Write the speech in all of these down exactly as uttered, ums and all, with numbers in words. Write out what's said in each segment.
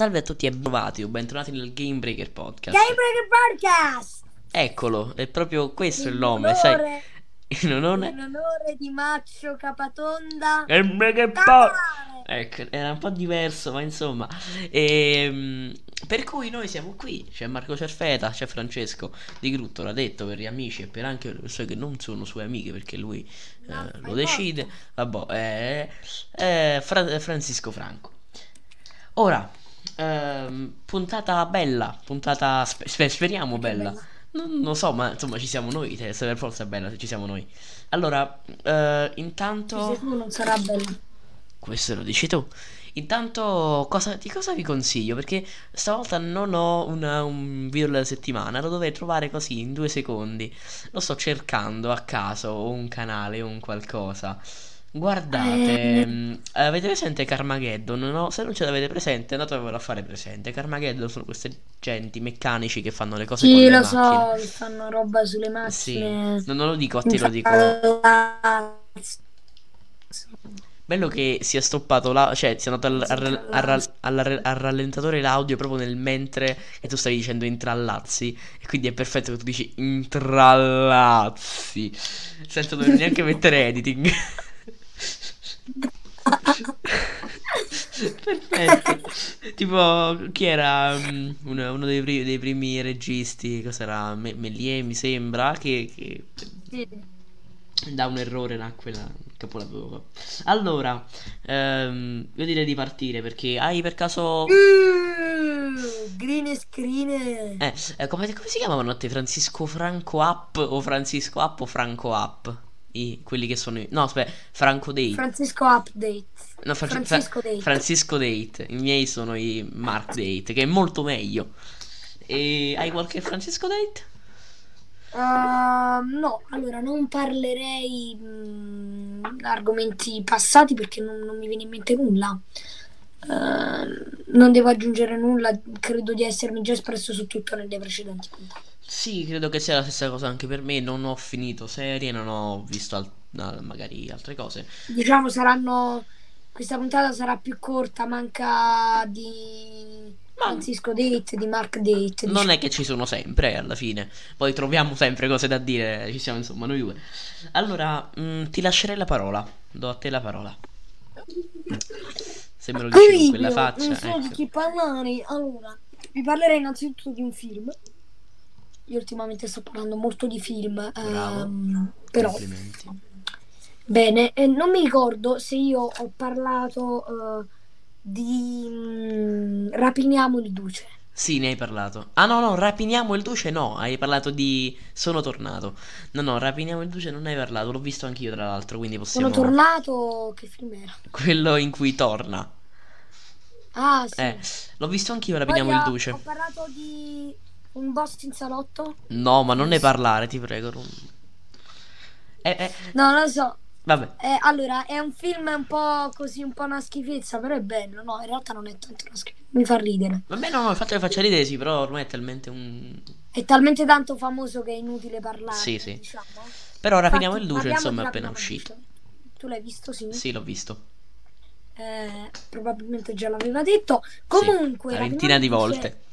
Salve a tutti e bentornati o bentornati nel Game Breaker Podcast. Game Breaker Podcast! Eccolo, è proprio questo il In nome, sai? onore, In onore in onore di Maccio Capatonda. Game Breaker Podcast. Capare! Ecco, era un po' diverso, ma insomma. Ehm, per cui noi siamo qui. C'è Marco Cerfeta, c'è Francesco Di Grutto, l'ha detto, per gli amici e per anche le persone che non sono sue amiche, perché lui No, eh, lo fai decide. morto. Vabbè, eh, eh, Fra- Francisco Franco. Ora, ehm, puntata bella, puntata spe- spe- speriamo Perché è bella. bella? Non lo so, ma insomma ci siamo noi, se se per forza è bella se ci siamo noi. Allora, eh, Ci intanto, sei tu, non sarà bella. questo lo dici tu. Intanto, cosa, di cosa vi consiglio? Perché stavolta non ho una- un video della settimana, lo dovrei trovare così in due secondi. Lo sto cercando a caso, o un canale o un qualcosa. Guardate, Eh, mh, avete presente Carmageddon? No? Se non ce l'avete presente, andatevelo a fare presente. Carmageddon sono queste genti meccanici che fanno le cose con sì, le lo macchine. so, che fanno roba sulle Sì, macchine. non, non lo dico a te, lo dico. Intrallazzo. Bello che sia stoppato la, cioè sia andato al, al- al- Intrallazzo. al- al- al rallentatore l'audio proprio nel mentre che tu stavi dicendo intrallazzi. E quindi è perfetto che tu dici intrallazzi senza dover neanche mettere editing. Perfetto. Tipo, chi era mm, uno, uno dei, pri- dei primi registi? Cos'era? Me- Méliès, mi sembra. Che, che Sì. da un errore nacque la capolavoro. Allora, ehm, io direi di partire perché hai per caso. Uh, green screen. Eh, eh, come, come si chiamavano a te? Francisco Franco App o Francisco App o Franco App? I, quelli che sono. i- No, aspetta, Franco Date. Francisco Update. No, Fra- Fra- Francisco Date. Francisco Date. I miei sono i Mark Date, che è molto meglio. E hai qualche Francisco Date? Uh, no, allora non parlerei mh, argomenti passati perché non, non mi viene in mente nulla. Uh, non devo aggiungere nulla, credo di essermi già espresso su tutto nelle precedenti puntate. Sì, credo che sia la stessa cosa anche per me. Non ho finito serie, non ho visto al- al- magari altre cose. Diciamo saranno. Questa puntata sarà più corta, manca di Ma Francisco Date, di Mark Date. non Diciamo. è che ci sono sempre, eh, alla fine. Poi troviamo sempre cose da dire. Ci siamo insomma noi due. Allora, mm, ti lascerei la parola. Do a te la parola. Se me lo dici con quella Equilibrio, non faccia, so di ecco. chi parlare. Allora, vi parlerei innanzitutto di un film. Io ultimamente sto parlando molto di film, Bravo. ehm, però Complimenti. bene, e non mi ricordo se io ho parlato eh, di mm, Rapiniamo il Duce. Sì, ne hai parlato. Ah no, no, rapiniamo il duce no, hai parlato di Sono tornato. No, no, rapiniamo il duce non hai parlato, l'ho visto anch'io tra l'altro, quindi Sono possiamo. tornato, che film era? Quello in cui torna. Ah, Eh, sì. l'ho visto anch'io, Poi rapiniamo il ah, duce. ho parlato di Un boss in salotto. No, ma non ne Yes. parlare, ti prego. non- Eh, eh, No, non lo so. vabbè. Eh, allora, è un film un po' così, un po' una schifezza, però è bello. No, in realtà non è tanto una schifezza. Mi fa ridere. Vabbè, no, no, il fatto che faccia ridere, sì, però ormai è talmente un. È talmente tanto famoso che è inutile parlarne, Sì, sì. diciamo. Però rapiniamo il Infatti, duce, parliamo di insomma, è appena Rapinato il uscito. Duce. Tu l'hai visto, sì? Sì, l'ho visto. Eh, probabilmente già l'aveva detto. Sì, Comunque, una Rapinato ventina il di Duce, volte.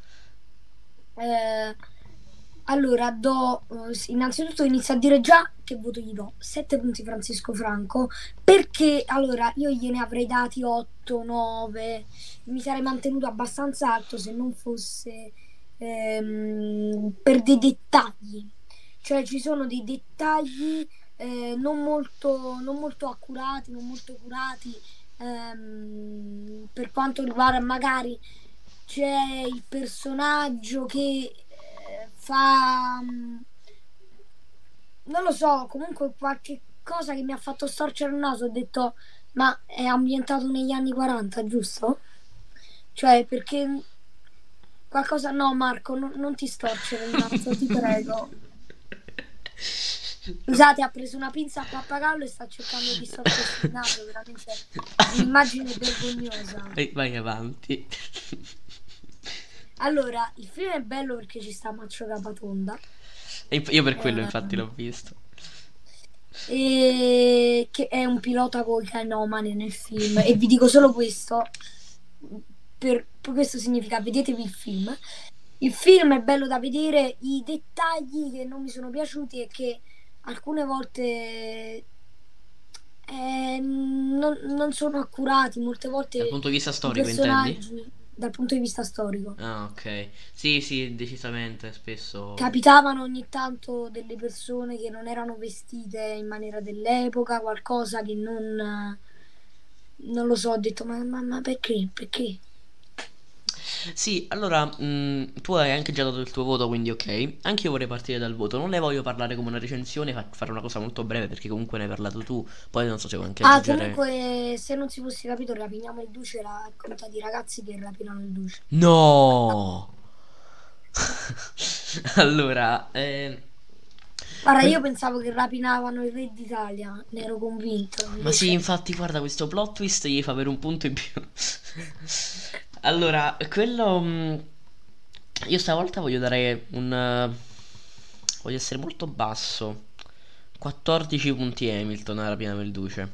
eh, allora, do eh, sì, innanzitutto inizio a dire già che voto gli do sette punti Francisco Franco, perché allora io gliene avrei dati otto, nove, mi sarei mantenuto abbastanza alto se non fosse ehm, per dei dettagli, cioè ci sono dei dettagli eh, non molto, non molto accurati, non molto curati, ehm, per quanto riguarda magari c'è il personaggio che eh, fa mm, non lo so, comunque qualche cosa che mi ha fatto storcere il naso. Ho detto, ma è ambientato negli anni quaranta, giusto? Cioè, perché qualcosa. No, Marco, non, non ti storcere il naso, ti prego. Scusate, ha preso una pinza a pappagallo e sta cercando di storcersi il naso, veramente un'immagine vergognosa. Vai, vai avanti. Allora, il film è bello perché ci sta Maccio Capatonda. E io per quello Eh, infatti l'ho visto. e che è un pilota con i canomane nel film. E vi dico solo questo: per, per questo significa vedetevi il film. Il film è bello da vedere, i dettagli che non mi sono piaciuti è che alcune volte eh, non, non sono accurati, molte Dal volte punto di vista i storico, intendi? personaggi dal punto di vista storico. Ah, ok. Sì, sì, decisamente, spesso. Capitavano ogni tanto delle persone che non erano vestite in maniera dell'epoca, qualcosa che non, non lo so, ho detto ma, ma, ma perché? Perché? Sì, allora, mh, tu hai anche già dato il tuo voto, quindi ok. Anche io vorrei partire dal voto. Non ne voglio parlare come una recensione, fa- fare una cosa molto breve perché comunque ne hai parlato tu. Poi non so se vuoi anche Ah, aggiungere. comunque, se non si fosse capito, rapiniamo il duce, racconta di ragazzi che rapinano il duce. No! Allora, eh, Guarda, io quel- pensavo che rapinavano il re d'Italia, ne ero convinto, ma sì, invece... infatti, guarda, questo plot twist gli fa avere un punto in più. Allora, quello. mh, Io stavolta voglio dare un. eh, Voglio essere molto basso. quattordici punti Hamilton alla Rapina del Duce.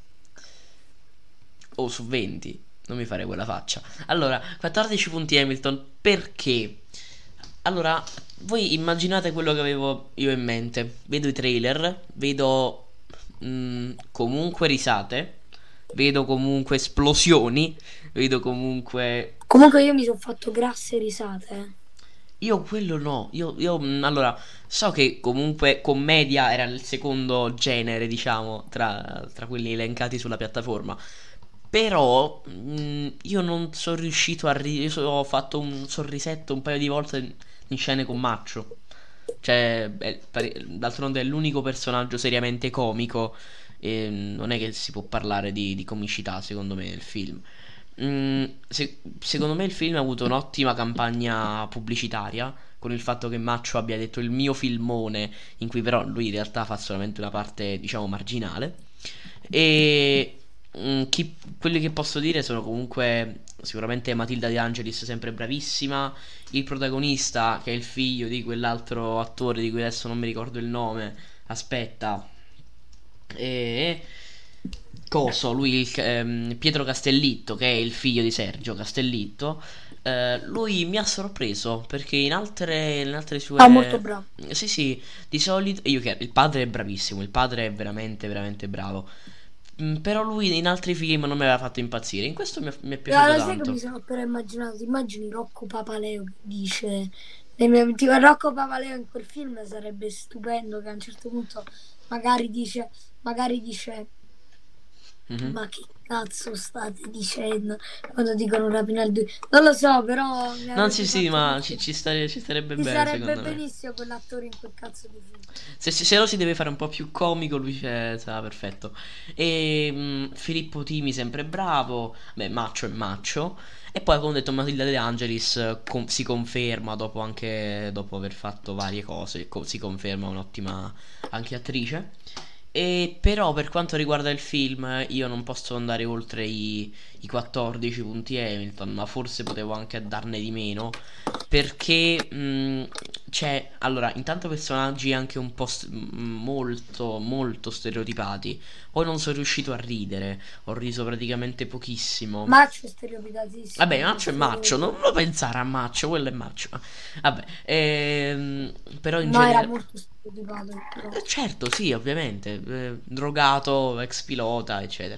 O su venti. Non mi fare quella faccia. Allora, quattordici punti Hamilton perché? Allora, voi immaginate quello che avevo io in mente. Vedo i trailer, vedo mh, comunque risate, vedo comunque esplosioni, vedo comunque. Comunque io mi sono fatto grasse risate, eh. Io quello no, io, io mh, allora so che comunque commedia era il secondo genere, diciamo, tra, tra quelli elencati sulla piattaforma. Però mh, io non sono riuscito a ridere, io so- ho fatto un sorrisetto un paio di volte in in scene con Maccio. Cioè, è- pare- d'altronde è l'unico personaggio seriamente comico e non è che si può parlare di, di comicità, secondo me, nel film. Mm, se- secondo me il film ha avuto un'ottima campagna pubblicitaria, con il fatto che Maccio abbia detto il mio filmone, in cui però lui in realtà fa solamente una parte, diciamo, marginale. E mm, chi- quelli che posso dire sono comunque sicuramente Matilda De Angelis, sempre bravissima. Il protagonista, che è il figlio di quell'altro attore di cui adesso non mi ricordo il nome. Aspetta. E Coso, lui, il- ehm, Pietro Castellitto, che è il figlio di Sergio Castellitto. Eh, lui mi ha sorpreso perché in altre, in altre Ah, molto sue. bravo. Sì, sì, di solito. Io che il padre è bravissimo, il padre è veramente, veramente bravo. Mm, però lui in altri film non mi aveva fatto impazzire. In questo mi è, mi è piaciuto Allora, sai che mi tanto. sono appena immaginato? Ti immagini Rocco Papaleo che dice... nel mio- tipo, Rocco Papaleo in quel film sarebbe stupendo che a un certo punto magari dice... Magari dice... Mhm. Ma che cazzo state dicendo quando dicono rapina il due? Non lo so, però mi No, sì, avrebbe sì, fatto ma ci, molto. ci stare- ci starebbe Ci bene, sarebbe secondo me. benissimo quell'attore in quel cazzo di film. Se, se- se lo si deve fare un po' più comico, lui c'è, sarà perfetto. E mm, Filippo Timi, sempre bravo. Beh, Maccio è Maccio. E poi, come ho detto, Matilda De Angelis eh, con- si conferma dopo anche dopo aver fatto varie cose. co- si conferma un'ottima anche attrice. E però per quanto riguarda il film, io non posso andare oltre i, i quattordici punti Hamilton, ma forse potevo anche darne di meno. Perché mh, c'è, allora, intanto personaggi anche un po' st- m- molto, molto stereotipati. Poi non sono riuscito a ridere, ho riso praticamente pochissimo. Maccio è stereotitatissimo, Vabbè, non Maccio è so Maccio, dire. non lo pensare a Maccio, quello è Maccio. Vabbè, ehm, però in No, era genere. molto stereotipato, però. Eh, certo, sì, ovviamente. eh, drogato, ex pilota, eccetera.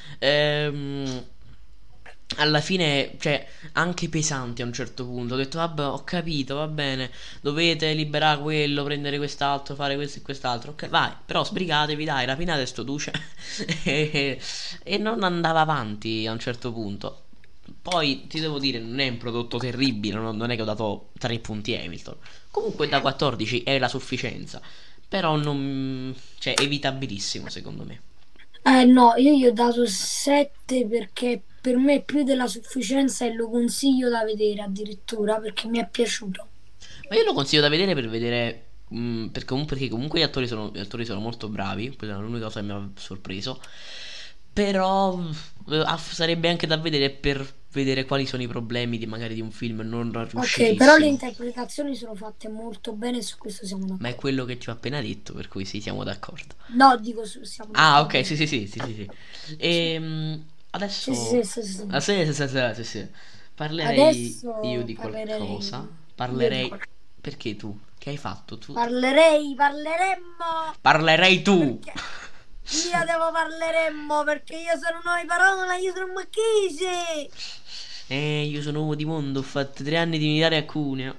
Ehm, Alla fine, cioè, anche pesanti a un certo punto. Ho detto, vabbè, ho capito, va bene. Dovete liberare quello, prendere quest'altro, fare questo e quest'altro. Ok, vai, però sbrigatevi, dai, rapinate sto duce. e, e non andava avanti a un certo punto. Poi ti devo dire, non è un prodotto terribile, non, non è che ho dato tre punti Hamilton. Comunque da quattordici è la sufficienza. Però non. Cioè, evitabilissimo secondo me. Eh no, io gli ho dato sette perché per me è più della sufficienza e lo consiglio da vedere addirittura perché mi è piaciuto. Ma io lo consiglio da vedere per vedere. mh, perché, comunque, perché comunque gli attori sono, gli attori sono molto bravi. Quella è l'unica cosa che mi ha sorpreso. Però eh, ah, sarebbe anche da vedere per vedere quali sono i problemi di magari di un film non Ok, però le riuscitissimo. interpretazioni sono fatte molto bene e su questo siamo Ma è d'accordo. quello che ti ho appena detto, per cui sì, siamo d'accordo. No, dico su- siamo Ah, d'accordo. ok, sì, sì, sì, sì, sì, sì. Sì, Ehm, sì, sì, adesso. sì, sì, Ah, sì. sì, sì, sì, sì, sì, sì. Parlerei io Adesso di qualcosa. parlerei io di Parlerei. qualcosa. Perché tu? Che hai fatto tu? Parlerei, parleremmo Parlerei tu! perché io devo parleremmo perché io sono noi parola, io sono un macchese. Eh, io sono uomo di mondo, ho fatto tre anni di militare a Cuneo.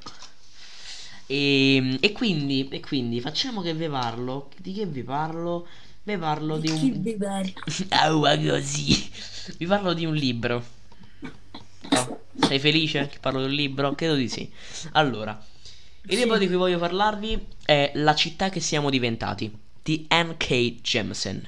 E, e quindi, e quindi facciamo che vi parlo. Di che vi parlo? Vi parlo Di di chi un. vi pare? Aua così. Vi parlo di un libro. Oh, sei felice che parlo di un libro? Credo di sì. Allora, il libro Sì. di cui voglio parlarvi è La città che siamo diventati di N K. Jemisin.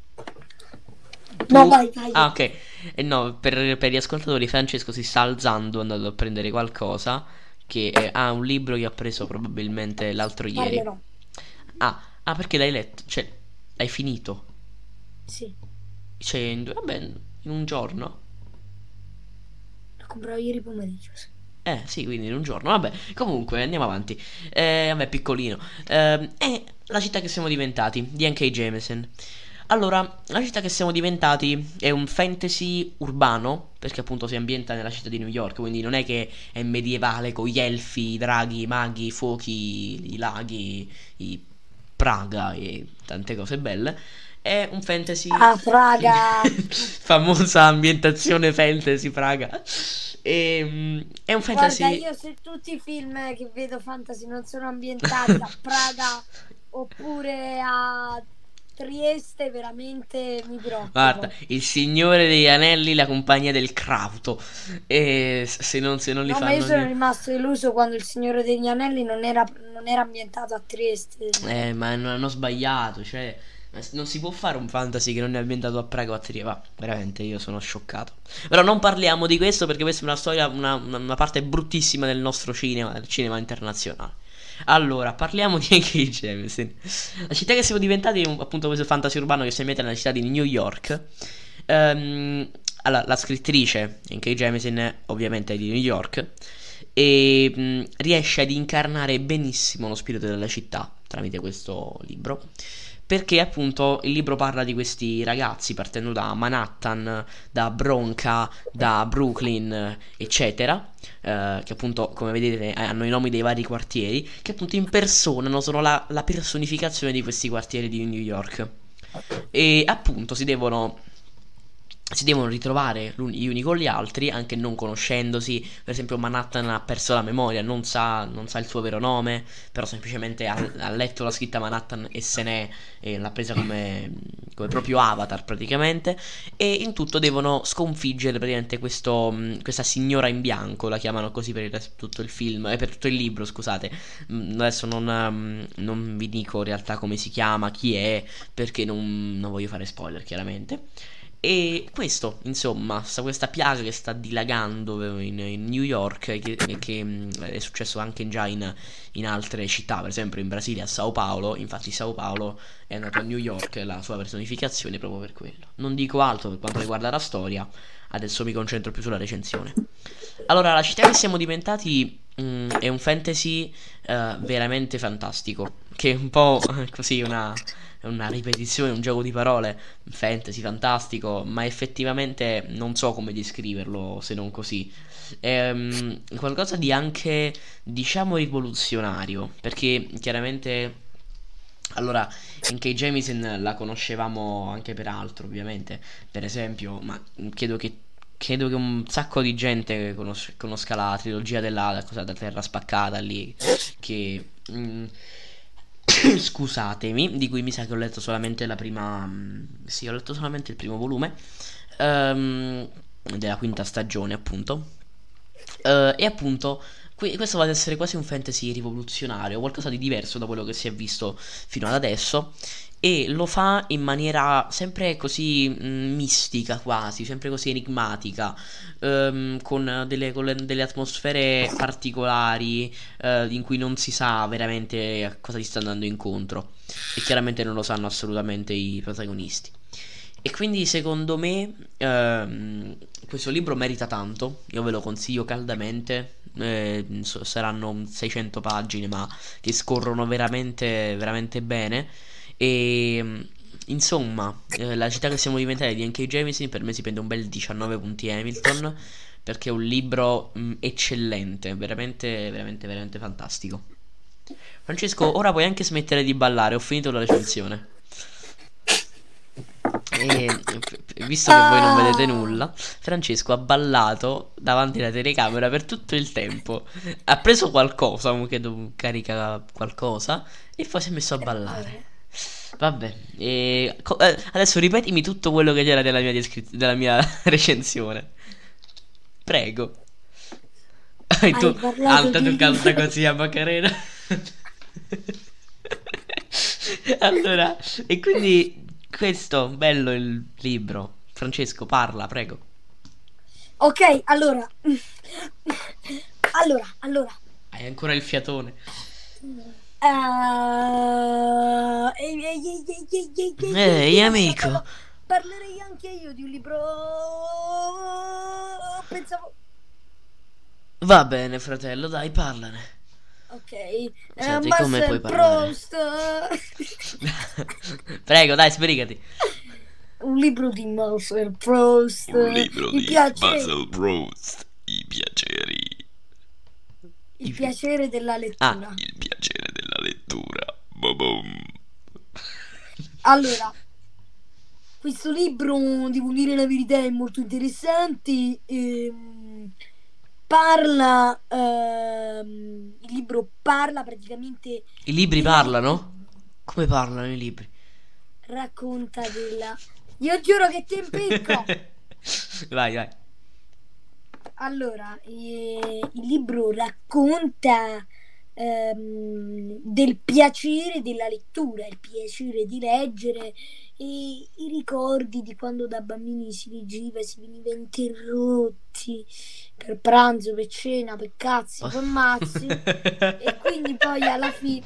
No, Tu. vai, vai. Ah, ok. Eh, no, per, per gli ascoltatori, Francesco si sta alzando, andando a prendere qualcosa. Che è, ah, un libro che ha preso probabilmente l'altro ieri. Parlerò. Ah, ah, perché l'hai letto? Cioè, l'hai finito? Sì, Cioè, in, due- vabbè, in un giorno? lo compravo ieri pomeriggio. Sì. Eh, sì, quindi in un giorno. Vabbè, comunque, andiamo avanti. Eh, vabbè, piccolino. Eh, è La città che siamo diventati, di N K. Jemisin. Allora, La città che siamo diventati è un fantasy urbano, perché appunto si ambienta nella città di New York, quindi non è che è medievale con gli elfi, i draghi, i maghi, i fuochi, i laghi, i Praga e tante cose belle. È un fantasy. Ah, Praga. Famosa ambientazione fantasy Praga. E, mm, è un Guarda, fantasy. io se tutti i film che vedo fantasy non sono ambientati a Praga oppure a Trieste, veramente mi Guarda, preoccupo. il Signore degli Anelli, la compagnia del Crauto. E se non, se non li No, ma io fanno sono lì. rimasto deluso quando il Signore degli Anelli non era, non era ambientato a Trieste. Eh, ma non hanno sbagliato. Cioè, non si può fare un fantasy che non è ambientato a Praga o a Trieste. Va, veramente, io sono scioccato. Però non parliamo di questo perché questa è una storia, una, una- una parte bruttissima del nostro cinema, del cinema internazionale. Allora, parliamo di N K. Jemisin. La città che siamo diventati è un- appunto questo fantasy urbano che si mette nella città di New York. Ehm, allora, la scrittrice N K. Jemisin ovviamente è di New York e mh, riesce ad incarnare benissimo lo spirito della città tramite questo libro. Perché appunto il libro parla di questi ragazzi partendo da Manhattan, da Bronca, da Brooklyn, eccetera, eh, che appunto come vedete hanno i nomi dei vari quartieri, che appunto impersonano, sono la, la personificazione di questi quartieri di New York. E appunto si devono si devono ritrovare gli uni con gli altri, anche non conoscendosi. Per esempio, Manhattan ha perso la memoria, non sa, non sa il suo vero nome, però semplicemente ha, ha letto la scritta Manhattan e se n'è, e l'ha presa come, come proprio avatar praticamente. E in tutto devono sconfiggere praticamente questo, mh, questa signora in bianco, la chiamano così per il resto- tutto il film, e per tutto il libro, scusate. Mh, adesso non, um, non vi dico in realtà come si chiama, chi è, perché non, non voglio fare spoiler chiaramente. E questo, insomma, sta questa piaga che sta dilagando in, in New York e che, e che, mh, è successo anche già in, in altre città, per esempio in Brasile, a Sao Paolo. Infatti Sao Paolo è andato a New York, la sua personificazione proprio per quello. Non dico altro per quanto riguarda la storia, adesso mi concentro più sulla recensione. Allora, la città che siamo diventati mh, è un fantasy eh, veramente fantastico, che è un po' eh, così una una ripetizione, un gioco di parole, fantasy, fantastico, ma effettivamente non so come descriverlo se non così. È um, qualcosa di anche, diciamo, rivoluzionario, perché chiaramente. Allora, N K. Jemisin la conoscevamo anche per altro, ovviamente. Per esempio, ma credo che credo che un sacco di gente conos- conosca la trilogia della cosa da Terra Spaccata lì che mm, scusatemi, di cui mi sa che ho letto solamente la prima. mm, Sì, ho letto solamente il primo volume. ehm, Della quinta stagione, appunto. Eh, e appunto, qui- questo va ad essere quasi un fantasy rivoluzionario, qualcosa di diverso da quello che si è visto fino ad adesso. E lo fa in maniera sempre così mm, mistica, quasi, sempre così enigmatica, ehm, con delle, con le- delle atmosfere particolari, eh, in cui non si sa veramente a cosa si sta andando incontro. E chiaramente non lo sanno assolutamente i protagonisti. E quindi secondo me ehm, questo libro merita tanto, io ve lo consiglio caldamente. Eh, so- saranno seicento pagine ma che scorrono veramente, veramente bene. E insomma, eh, la città che siamo diventati di N K. Jemisin per me si prende un bel diciannove punti Hamilton perché è un libro mh, eccellente, veramente, veramente, veramente fantastico. Francesco, ora puoi anche smettere di ballare, ho finito la recensione. E f- visto che voi non vedete Ah, nulla, Francesco ha ballato davanti alla telecamera per tutto il tempo. Ha preso qualcosa, comunque dov- carica qualcosa, e poi si è messo a è ballare. vero. Vabbè, e co- eh, adesso ripetimi tutto quello che c'era nella mia, descri- della mia recensione. Prego. E tu, Hai parlato alta di tu libro. canta così a Macarena. Allora, e quindi questo, bello il libro. Francesco, parla, prego. Ok, allora. Allora, allora. Hai ancora il fiatone. Eh, ehi, ehi, ehi, ehi, ehi, ehi, ehi, ehi, Ehi, ehi, allora amico. parla- parlerei anche io di un libro. Pensavo. Va bene, fratello, dai, parlane. Ok, eh, Cioè, di come puoi Marcel parlare? Proust. Prego, dai, sbrigati. Un libro di Marcel Proust. Un libro Mi di piace Basil Proust, I piaceri. il I- piacere della Ah, lettura. Il piacere della lettura. Ba-bum. Allora, questo libro, devo dire la verità, è molto interessante. ehm, parla, ehm, il libro parla praticamente i libri della parlano? Come parlano i libri? racconta della. Io giuro che ti impicco! Vai, vai. Allora, eh, il libro racconta ehm, del piacere della lettura, il piacere di leggere e i ricordi di quando da bambini si leggeva, si veniva interrotti per pranzo, per cena, per cazzi, per mazzi e quindi poi alla fine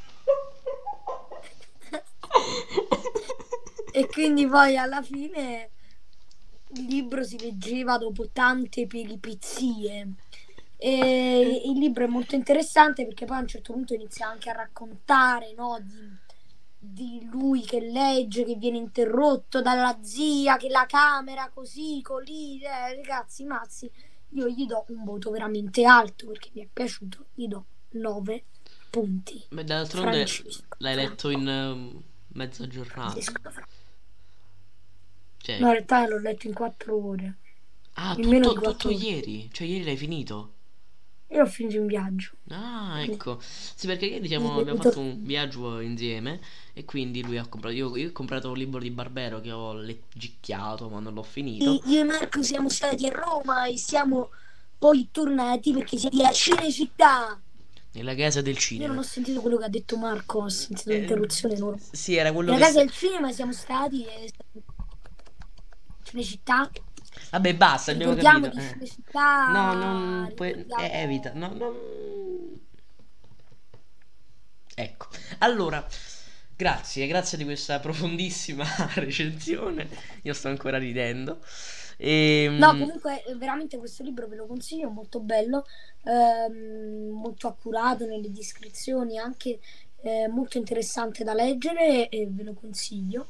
e quindi poi alla fine il libro si leggeva dopo tante peripezie. E il libro è molto interessante perché poi a un certo punto inizia anche a raccontare, no, di, di lui che legge, che viene interrotto dalla zia, che la camera così, colì, eh, ragazzi, mazzi. Io gli do un voto veramente alto perché mi è piaciuto, gli do nove punti. Ma d'altronde Francesco l'hai letto Franco. in eh, mezza giornata? Francesco Franco. Cioè, No, in realtà l'ho letto in quattro ore, ah, in meno di tutto, tutto quattro ore. ieri? Cioè, ieri l'hai finito? Io ho finito in viaggio. Ah, Quindi, ecco. Sì, perché ieri diciamo, mi abbiamo fatto un viaggio insieme e quindi lui ha comprato. Io, io ho comprato un libro di Barbero che ho leggicchiato, ma non l'ho finito. io e Marco siamo stati a Roma e siamo poi tornati perché siamo a Cinecittà. Nella casa del Io non cinema. ho sentito quello che ha detto Marco, ho sentito Eh, un'interruzione enorme. sì, era quello Nella che. casa sta- del cinema siamo stati e Cinecittà. Vabbè, basta, abbiamo Ricordiamo capito. di Eh. No, Cinecittà. non puoi. eh, Ricordiamo. evita. No, no. Ecco. Allora, grazie, grazie di questa profondissima recensione. Io sto ancora ridendo. No, Ehm, comunque eh, veramente questo libro ve lo consiglio, molto bello, ehm, molto accurato nelle descrizioni, anche eh, molto interessante da leggere e ve lo consiglio.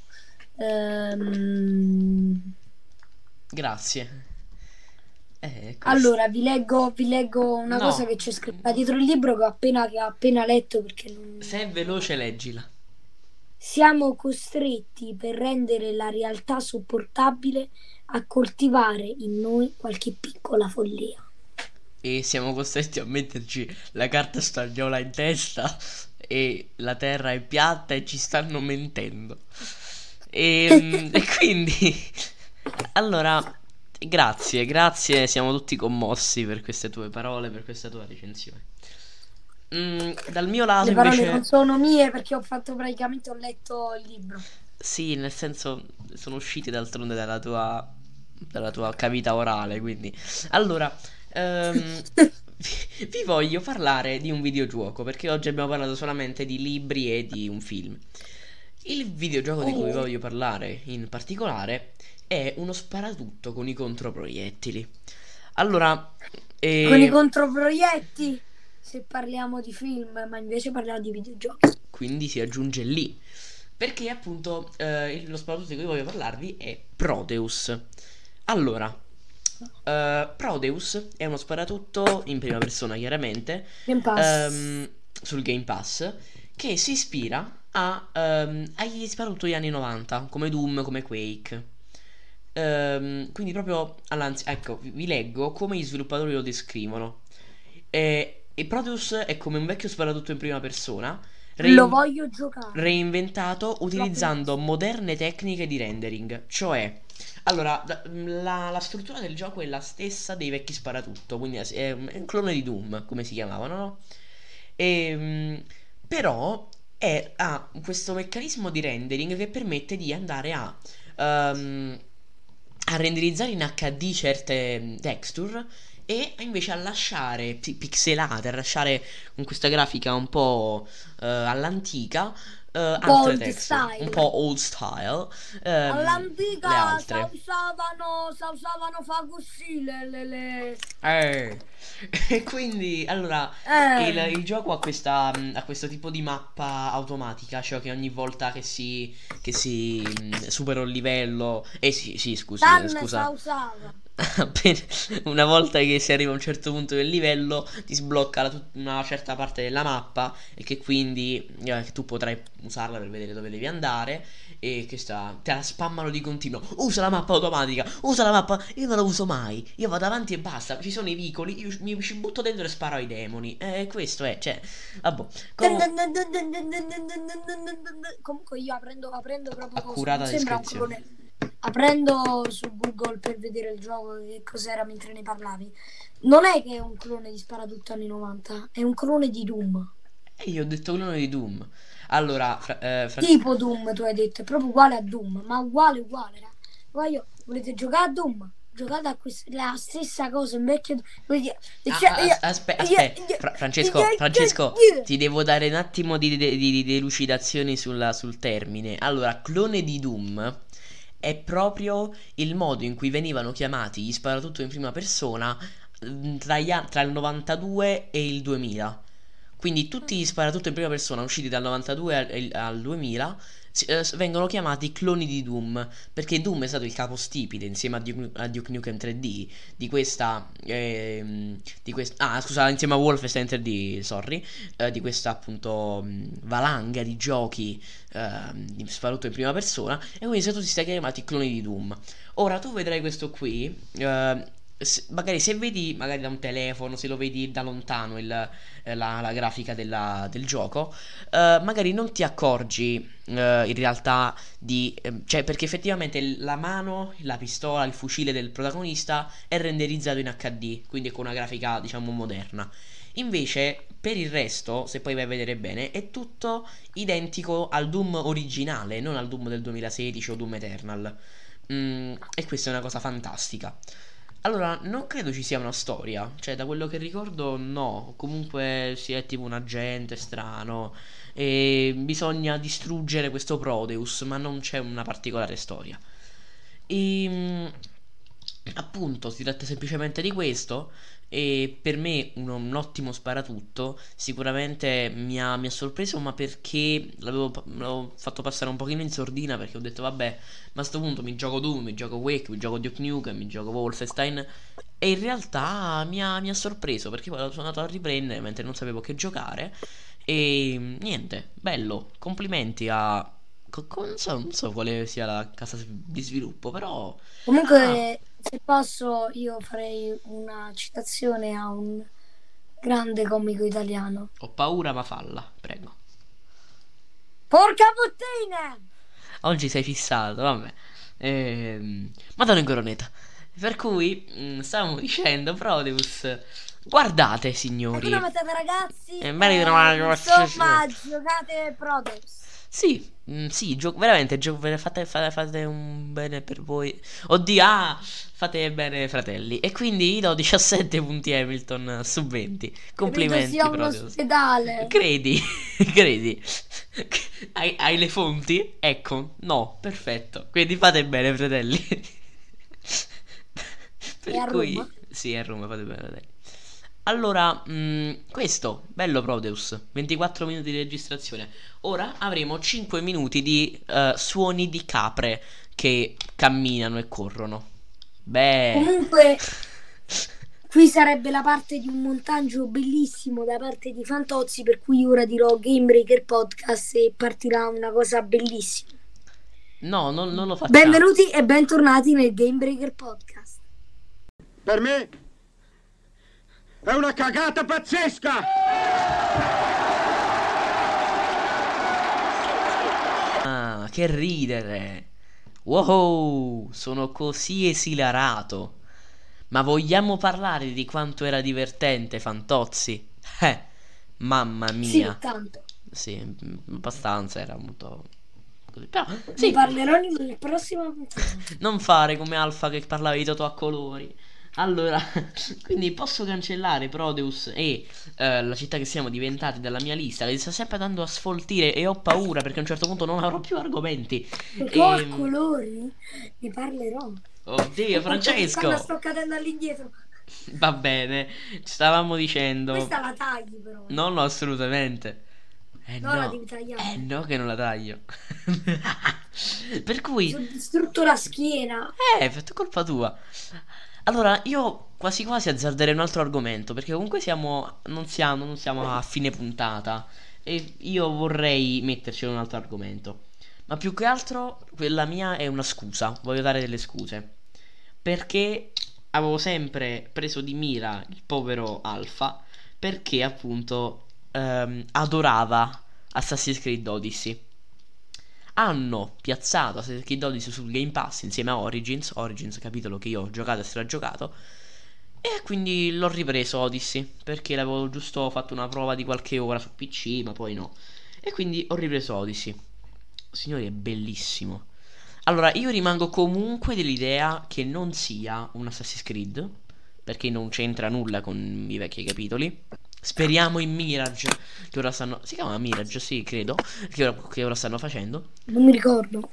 Ehm, grazie. Eh, questo. allora, vi leggo, vi leggo una cosa No, che c'è scritta dietro il libro che ho appena, che ho appena letto perché non. se è veloce, leggila. Siamo costretti per rendere la realtà sopportabile a coltivare in noi qualche piccola follia. E siamo costretti a metterci la carta stagnola in testa e la terra è piatta e ci stanno mentendo. E, e quindi, allora, grazie, grazie, siamo tutti commossi per queste tue parole, per questa tua recensione. Mm, dal mio lato Le parole non invece, sono mie perché ho fatto praticamente, ho letto il libro. sì, nel senso, sono usciti d'altronde dalla tua, dalla tua cavità orale, quindi. Allora, ehm, vi, vi voglio parlare di un videogioco, perché oggi abbiamo parlato solamente di libri e di un film. Il videogioco di cui vi Oh, voglio parlare in particolare è uno sparatutto con i controproiettili. Allora, con i eh, controproietti, se parliamo di film, ma invece parliamo di videogiochi. quindi si aggiunge lì. Perché appunto eh, il- lo sparatutto di cui voglio parlarvi è Proteus. Allora, Uh, Prodeus è uno sparatutto in prima persona, chiaramente, Game Pass. ehm, sul Game Pass, che si ispira a, ehm, agli sparatutto degli anni novanta, come Doom, come Quake. Ehm, quindi proprio all'anzi, ecco, vi, vi leggo come gli sviluppatori lo descrivono. Eh, e Prodeus è come un vecchio sparatutto in prima persona, rein- Lo voglio giocare. reinventato utilizzando moderne tecniche di rendering. Cioè, allora, la, la- la struttura del gioco è la stessa dei vecchi sparatutto, quindi è, è un clone di Doom, come si chiamavano, no? E, però è, ha questo meccanismo di rendering che permette di andare a, ehm, a renderizzare in H D certe mm, texture e invece a lasciare pi- pixelate, a lasciare con questa grafica un po' eh, all'antica eh, altre Old texture, un style. po' old style, ehm, le All'antica si altre. usavano, si usavano fa così le, le, le- Eh. E quindi, allora, il, Eh, il gioco ha questa, mh, ha questo tipo di mappa automatica, cioè che ogni volta che si, che si mh, supera un livello, eh sì, sì, scusi, eh, Dan si scusa, usava. appena- una volta che si arriva a un certo punto del livello, ti sblocca la tut- una certa parte della mappa e che quindi eh, che tu potrai usarla per vedere dove devi andare e che sta, te la spammano di continuo. Usa la mappa automatica, usa la mappa. Io non la uso mai. Io vado avanti e basta. Ci sono i vicoli, io mi ci butto dentro e sparo ai demoni. E questo è, cioè, vabbè. Dun Com- dun dun dun dun dun dun dun dun dun dun dun dun dun. Comunque io aprendo, aprendo proprio cosa, accurata non sembra un descrizione. clone. Aprendo su Google per vedere il gioco che cos'era mentre ne parlavi. Non è che è un clone di Sparatutto anni novanta, è un clone di Doom. E io ho detto clone di Doom. Allora, fra- eh, Fran- Tipo Doom, tu hai detto, è proprio uguale a Doom, ma uguale, uguale. Ra. Voglio, volete giocare a Doom? Giocate a questa, la stessa cosa, un vecchio... Ah, ah, as- aspe- aspe- Fra- Francesco, Francesco, ti devo dare un attimo di, di, di- di delucidazioni sulla- sul termine. Allora, clone di Doom è proprio il modo in cui venivano chiamati gli sparatutto in prima persona mm, tra, gli an- tra il novantadue e il duemila. Quindi tutti gli sparatutto in prima persona usciti dal novantadue al, al duemila si- eh, s- vengono chiamati cloni di Doom, perché Doom è stato il capostipite insieme a Duke, a Duke Nukem tre D di questa ehm, di quest- ah scusa, insieme a Wolfenstein tre D, sorry, eh, di questa appunto mh, valanga di giochi ehm, di sparatutto in prima persona, e quindi sono tutti stati chiamati cloni di Doom. Ora tu vedrai questo qui, eh, se- magari se vedi magari da un telefono, se lo vedi da lontano il, eh, la, la grafica della- del gioco, eh, magari non ti accorgi eh, in realtà di, eh, cioè perché effettivamente la mano, la pistola, il fucile del protagonista è renderizzato in H D, quindi con una grafica diciamo moderna. Invece per il resto, se poi vai a vedere bene, è tutto identico al Doom originale, non al Doom del duemilasedici o Doom Eternal. Mm, e questa è una cosa fantastica. Allora, non credo ci sia una storia, cioè da quello che ricordo no, comunque si è tipo un agente strano e bisogna distruggere questo Proteus, ma non c'è una particolare storia. E mm, appunto si tratta semplicemente di questo e per me un, un ottimo sparatutto. Sicuramente mi ha, mi ha sorpreso, ma perché l'avevo, pa- l'avevo fatto passare un pochino in sordina, perché ho detto vabbè, ma a sto punto mi gioco Doom, mi gioco Quake, mi gioco Duke Nukem, mi gioco Wolfenstein. E in realtà mi ha, mi ha sorpreso, perché poi sono andato a riprendere mentre non sapevo che giocare. E niente, bello, complimenti a... co- co- Non so, non so quale sia la casa di sviluppo, però... Ah, Comunque, se posso, io farei una citazione a un grande comico italiano. ho paura ma falla, prego. Porca puttana! Oggi sei fissato, vabbè. Ehm, Madonna in coronetta. Per cui, mm, stavamo dicendo, Prodeus, guardate Hakuna signori. Matata ragazzi, Eh, bene, eh, no, insomma, giocate Protoss. Sì, mm, sì, gio- veramente, gio- ve- fate, fate, fate un bene per voi. Oddio, ah, fate bene fratelli. E quindi gli do diciassette punti Hamilton su venti. Credo Complimenti, sia un Proteus. ospedale. Credi, credi. Hai, hai le fonti? Ecco, no, perfetto. Quindi fate bene, fratelli. Per È a cui, Roma? sì, è a Roma, fate bene, fratelli. Allora, mh, questo, bello Prodeus, ventiquattro minuti di registrazione. Ora avremo cinque minuti di eh, suoni di capre che camminano e corrono. Beh. Comunque, qui sarebbe la parte di un montaggio bellissimo da parte di Fantozzi, per cui ora dirò Game Breaker Podcast e partirà una cosa bellissima. No, non, non lo facciamo. Benvenuti e bentornati nel Game Breaker Podcast. Per me è una cagata pazzesca! Ah, che ridere! Wow, sono così esilarato. Ma vogliamo parlare di quanto era divertente Fantozzi? Eh, mamma Sì, mia. tanto. Sì, mm, abbastanza, era molto così. Però, Ne sì, parlerò nel prossimo puntata. non fare come Alfa che parlava di Totò a colori. Allora, quindi posso cancellare Prodeus e eh, la città che siamo diventati dalla mia lista, che sta sempre andando a sfoltire e ho paura perché a un certo punto non avrò più argomenti. Totò a Ehm, colori ne parlerò. Oddio, Francesco! Quando sto cadendo all'indietro. Va bene, stavamo dicendo. Questa la tagli però. No, no, assolutamente. Eh No, la no. devi tagliare. Eh no che non la taglio. Per cui Ti ho distrutto la schiena. Eh, è colpa tua. Allora, io quasi quasi azzarderei un altro argomento, perché comunque siamo non siamo non siamo a fine puntata e io vorrei metterci un altro argomento. Ma più che altro quella mia è una scusa, voglio dare delle scuse. Perché avevo sempre preso di mira il povero Alfa, perché appunto ehm, adorava Assassin's Creed Odyssey. Hanno piazzato Assassin's Creed Odyssey sul Game Pass insieme a Origins. Origins, capitolo che io ho giocato e stragiocato. E quindi l'ho ripreso Odyssey, perché l'avevo giusto fatto una prova di qualche ora su P C, ma poi no. E quindi ho ripreso Odyssey. Signori, è bellissimo. Allora, io rimango comunque dell'idea che non sia un Assassin's Creed, perché non c'entra nulla con i vecchi capitoli. Speriamo in Mirage, che ora stanno... Si chiama Mirage, sì, credo, che ora, che ora stanno facendo. Non mi ricordo.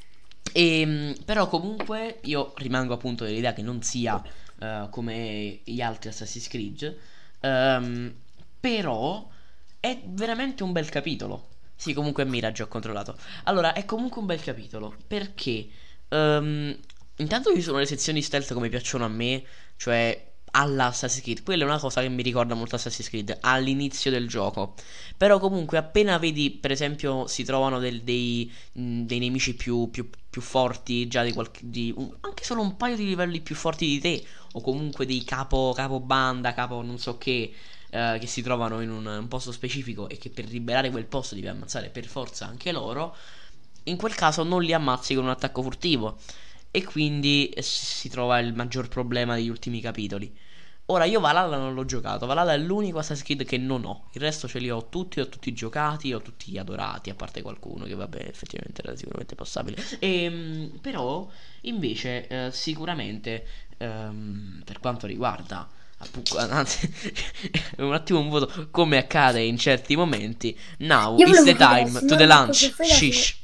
E, però comunque io rimango appunto dell'idea che non sia uh, come gli altri Assassin's Creed. um, Però è veramente un bel capitolo. Sì, comunque è Mirage, ho controllato. Allora, è comunque un bel capitolo, perché um, intanto ci sono le sezioni stealth come piacciono a me, cioè alla Assassin's Creed. Quella è una cosa che mi ricorda molto Assassin's Creed all'inizio del gioco. Però comunque appena vedi, per esempio, si trovano del- dei, mh, dei nemici più, più- più forti, già di qualche, di un- anche solo un paio di livelli più forti di te, o comunque dei capo, capo banda, capo non so che, eh, che si trovano in un, un posto specifico e che per liberare quel posto devi ammazzare per forza anche loro. In quel caso non li ammazzi con un attacco furtivo. E quindi eh, si trova il maggior problema degli ultimi capitoli. Ora io Valhalla non l'ho giocato. Valhalla è l'unico Assassin's Creed che non ho. Il resto ce li ho tutti, ho tutti giocati, ho tutti adorati, a parte qualcuno che vabbè effettivamente era sicuramente passabile. Ehm, però invece eh, sicuramente ehm, per quanto riguarda appunto, anzi, un attimo un voto come accade in certi momenti. Now Io is volevo the chiedere al time to signor the Marco lunch. Cerfeda se- Shish.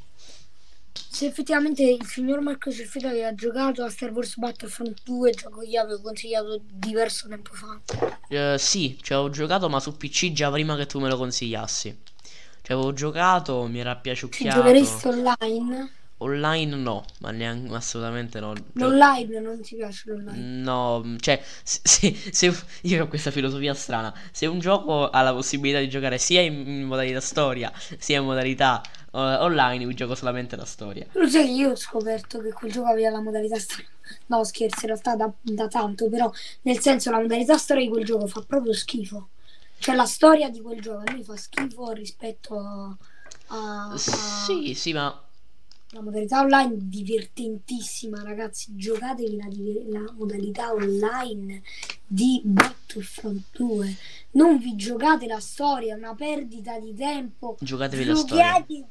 Se effettivamente il signor Marco Cerfeda aveva giocato a Star Wars Battlefront due, gioco che io avevo consigliato diverso tempo fa. Eh, sì, ci avevo giocato ma su P C già prima che tu me lo consigliassi. Ci avevo giocato, mi era Ci piaciucchiato. giocheresti online? Online no, ma neanche assolutamente no. Gio- L'online non ti piace l'online? No, cioè, se, se- se- io ho questa filosofia strana. Se un gioco ha la possibilità di giocare sia in, in modalità storia, sia in modalità eh, online, mi gioco solamente la storia. Lo sai che io ho scoperto che quel gioco aveva la modalità storia. No, scherzo, in realtà da, da tanto, però nel senso la modalità storia di quel gioco fa proprio schifo. Cioè la storia di quel gioco a me fa schifo rispetto a, a- a- Sì, sì, ma la modalità online divertentissima, ragazzi. Giocatevi la, diver- la modalità online di Battlefront due. Non vi giocate la storia, è una perdita di tempo. giocatevi la storia. Giocate-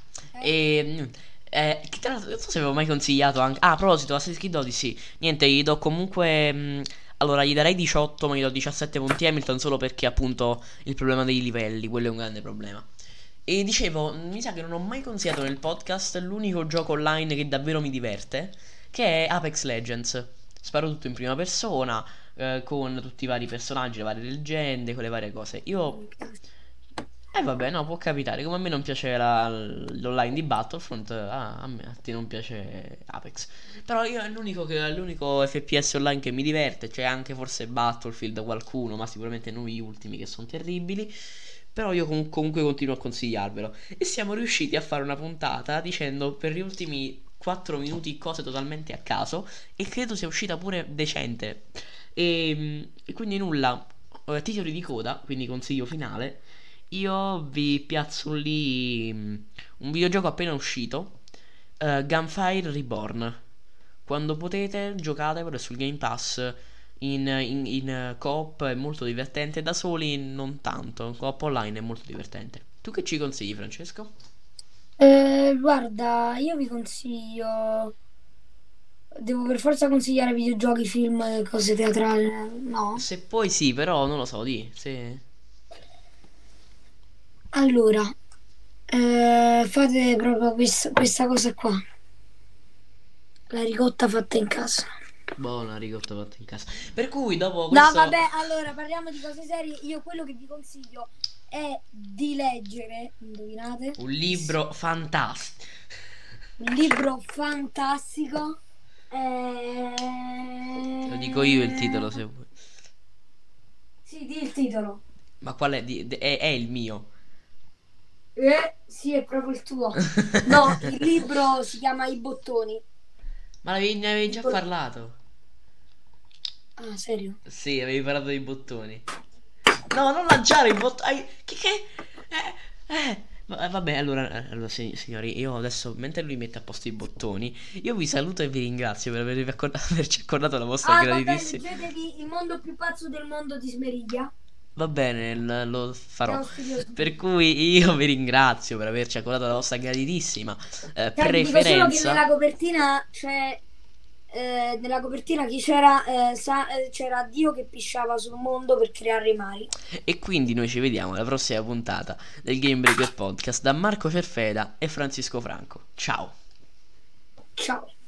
E eh, che tra l'altro non so se avevo mai consigliato anche. Ah, a proposito, Assassin's Creed Odyssey. Niente, gli do comunque. mh, allora, gli darei diciotto, ma gli do diciassette punti Hamilton solo perché appunto il problema dei livelli, quello è un grande problema. E dicevo, mi sa che non ho mai consigliato nel podcast l'unico gioco online che davvero mi diverte, che è Apex Legends. Sparo tutto in prima persona, eh, con tutti i vari personaggi, le varie leggende, quelle varie cose. Io Eh vabbè, no, può capitare. Come a me non piace la- l'online di Battlefront, ah, a me a te non piace Apex. Però io è l'unico, che, è l'unico F P S online che mi diverte. C'è anche forse Battlefield qualcuno, ma sicuramente non gli ultimi che sono terribili. Però io com- comunque continuo a consigliarvelo. E siamo riusciti a fare una puntata dicendo per gli ultimi quattro minuti cose totalmente a caso. E credo sia uscita pure decente. E, e quindi nulla, eh, titoli di coda, quindi consiglio finale. Io vi piazzo lì mm, un videogioco appena uscito, eh, Gunfire Reborn. Quando potete, giocatevelo, è sul Game Pass. In, in, in eh, coop è molto divertente, da soli non tanto. In coop online è molto divertente. Tu che ci consigli, Francesco? Eh, guarda, io vi consiglio. Devo per forza consigliare videogiochi, film, e cose teatrali, no? Se poi sì, però non lo so, di. Se... Allora, eh, fate proprio questa, questa cosa qua. La ricotta fatta in casa. Buona ricotta fatta in casa. Per cui dopo No, questo... vabbè, allora parliamo di cose serie. Io quello che vi consiglio è di leggere, indovinate, Un libro fantastico. un libro fantastico. Eh... Te lo dico io il titolo se vuoi. Sì, di il titolo. Ma qual è? Di- de- è, è il mio. Eh, sì, è proprio il tuo. No, il libro si chiama I bottoni. Ma l'avevi, ne avevi già Tipo- parlato. Ah, serio? Sì, avevi parlato dei bottoni. No, non lanciare i bottoni. Che che? Eh, eh. Va- Vabbè, allora, eh, allora sig- signori, io adesso, mentre lui mette a posto i bottoni, io vi saluto e vi ringrazio per avervi accorda- averci accordato la vostra Ah, vabbè, gratitissima. leggetevi Il mondo più pazzo del mondo di Smeriglia. Va bene, l- lo farò. Ciao, studioso. Per cui io vi ringrazio per averci accordato la vostra gratitissima eh, Cioè, vi dico solo che nella preferenza. copertina c'è. Eh, nella copertina chi c'era? Eh, sa- eh, c'era Dio che pisciava sul mondo per creare i mari. E quindi noi ci vediamo alla prossima puntata del Game Breaker Podcast da Marco Cerfeda e Francisco Franco. Ciao. Ciao.